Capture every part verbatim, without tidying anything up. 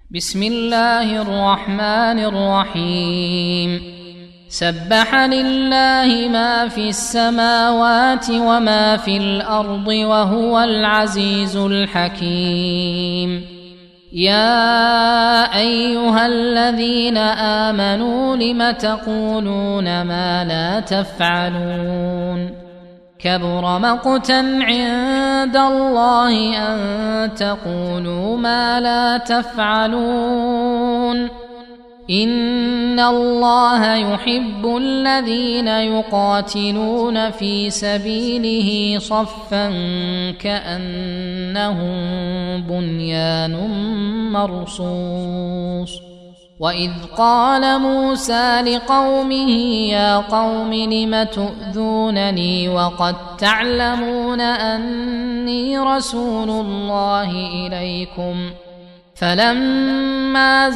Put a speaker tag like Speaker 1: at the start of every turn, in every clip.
Speaker 1: بسم الله الرحمن الرحيم سبح لله ما في السماوات وما في الأرض وهو العزيز الحكيم. يا أيها الذين آمنوا لم تقولون ما لا تفعلون كبر مقتا عند الله أن تقولوا ما لا تفعلون إن الله يحب الذين يقاتلون في سبيله صفا كأنهم بنيان مرصوص. وإذ قال موسى لقومه يا قوم لم تؤذونني وقد تعلمون أني رسول الله إليكم فلما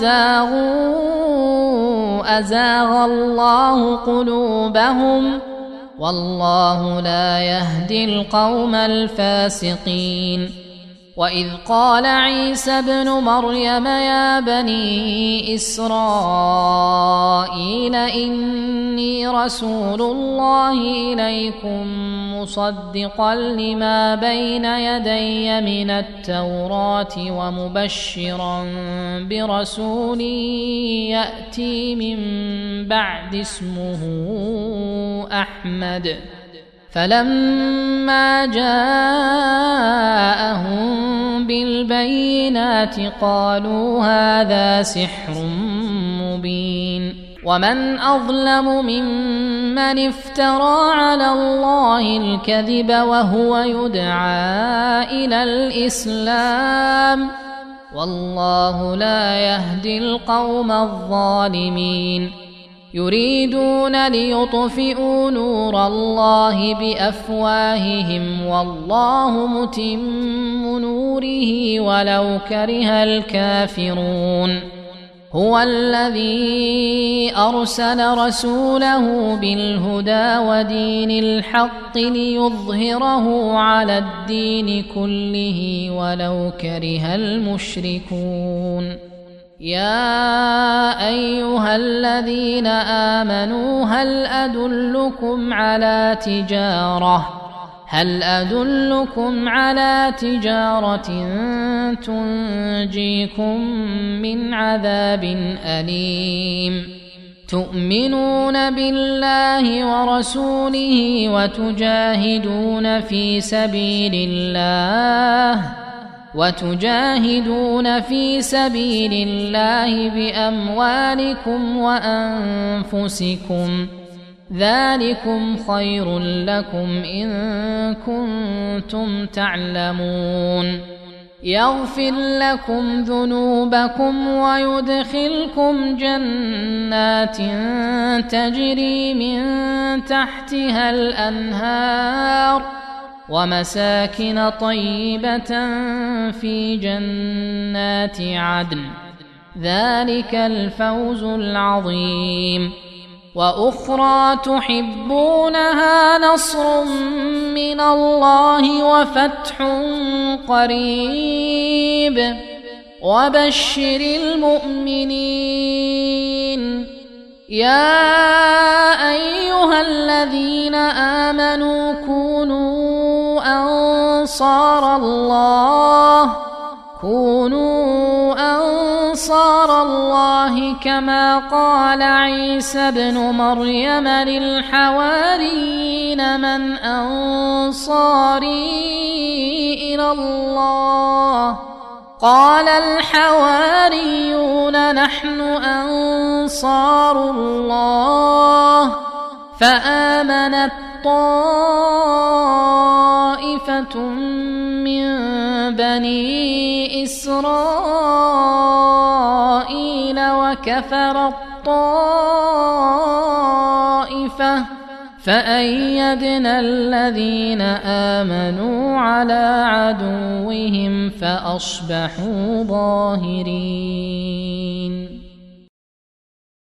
Speaker 1: زاغوا أزاغ الله قلوبهم والله لا يهدي القوم الفاسقين. وإذ قال عيسى ابن مريم يا بني إسرائيل إني رسول الله إليكم مصدقا لما بين يدي من التوراة ومبشرا برسول يأتي من بعد اسمه أحمد. فلما جاءهم بالبينات قالوا هذا سحر مبين. ومن أظلم ممن افترى على الله الكذب وهو يدعى إلى الإسلام والله لا يهدي القوم الظالمين. يريدون ليطفئوا نور الله بأفواههم والله متم نوره ولو كره الكافرون. هو الذي أرسل رسوله بالهدى ودين الحق ليظهره على الدين كله ولو كره المشركون. يا أيها الذين آمنوا هل أدلكم على تجارة هل أدلكم على تجارة تنجيكم من عذاب أليم تؤمنون بالله ورسوله وتجاهدون في سبيل الله وتجاهدون في سبيل الله بأموالكم وأنفسكم ذلكم خير لكم إن كنتم تعلمون. يغفر لكم ذنوبكم ويدخلكم جنات تجري من تحتها الأنهار ومساكن طيبة في جنات عدن ذلك الفوز العظيم. وأخرى تحبونها نصر من الله وفتح قريب وبشر المؤمنين. يا أيها الذين آمنوا كونوا أنصار الله كونوا أنصار الله كما قال عيسى ابن مريم للحواريين من أنصاري إلى الله قال الحواريون نحن أنصار الله. فآمنت طائفة من بني إسرائيل وكفرت طائفة فأيدنا الذين آمنوا على عدوهم فأصبحوا ظاهرين.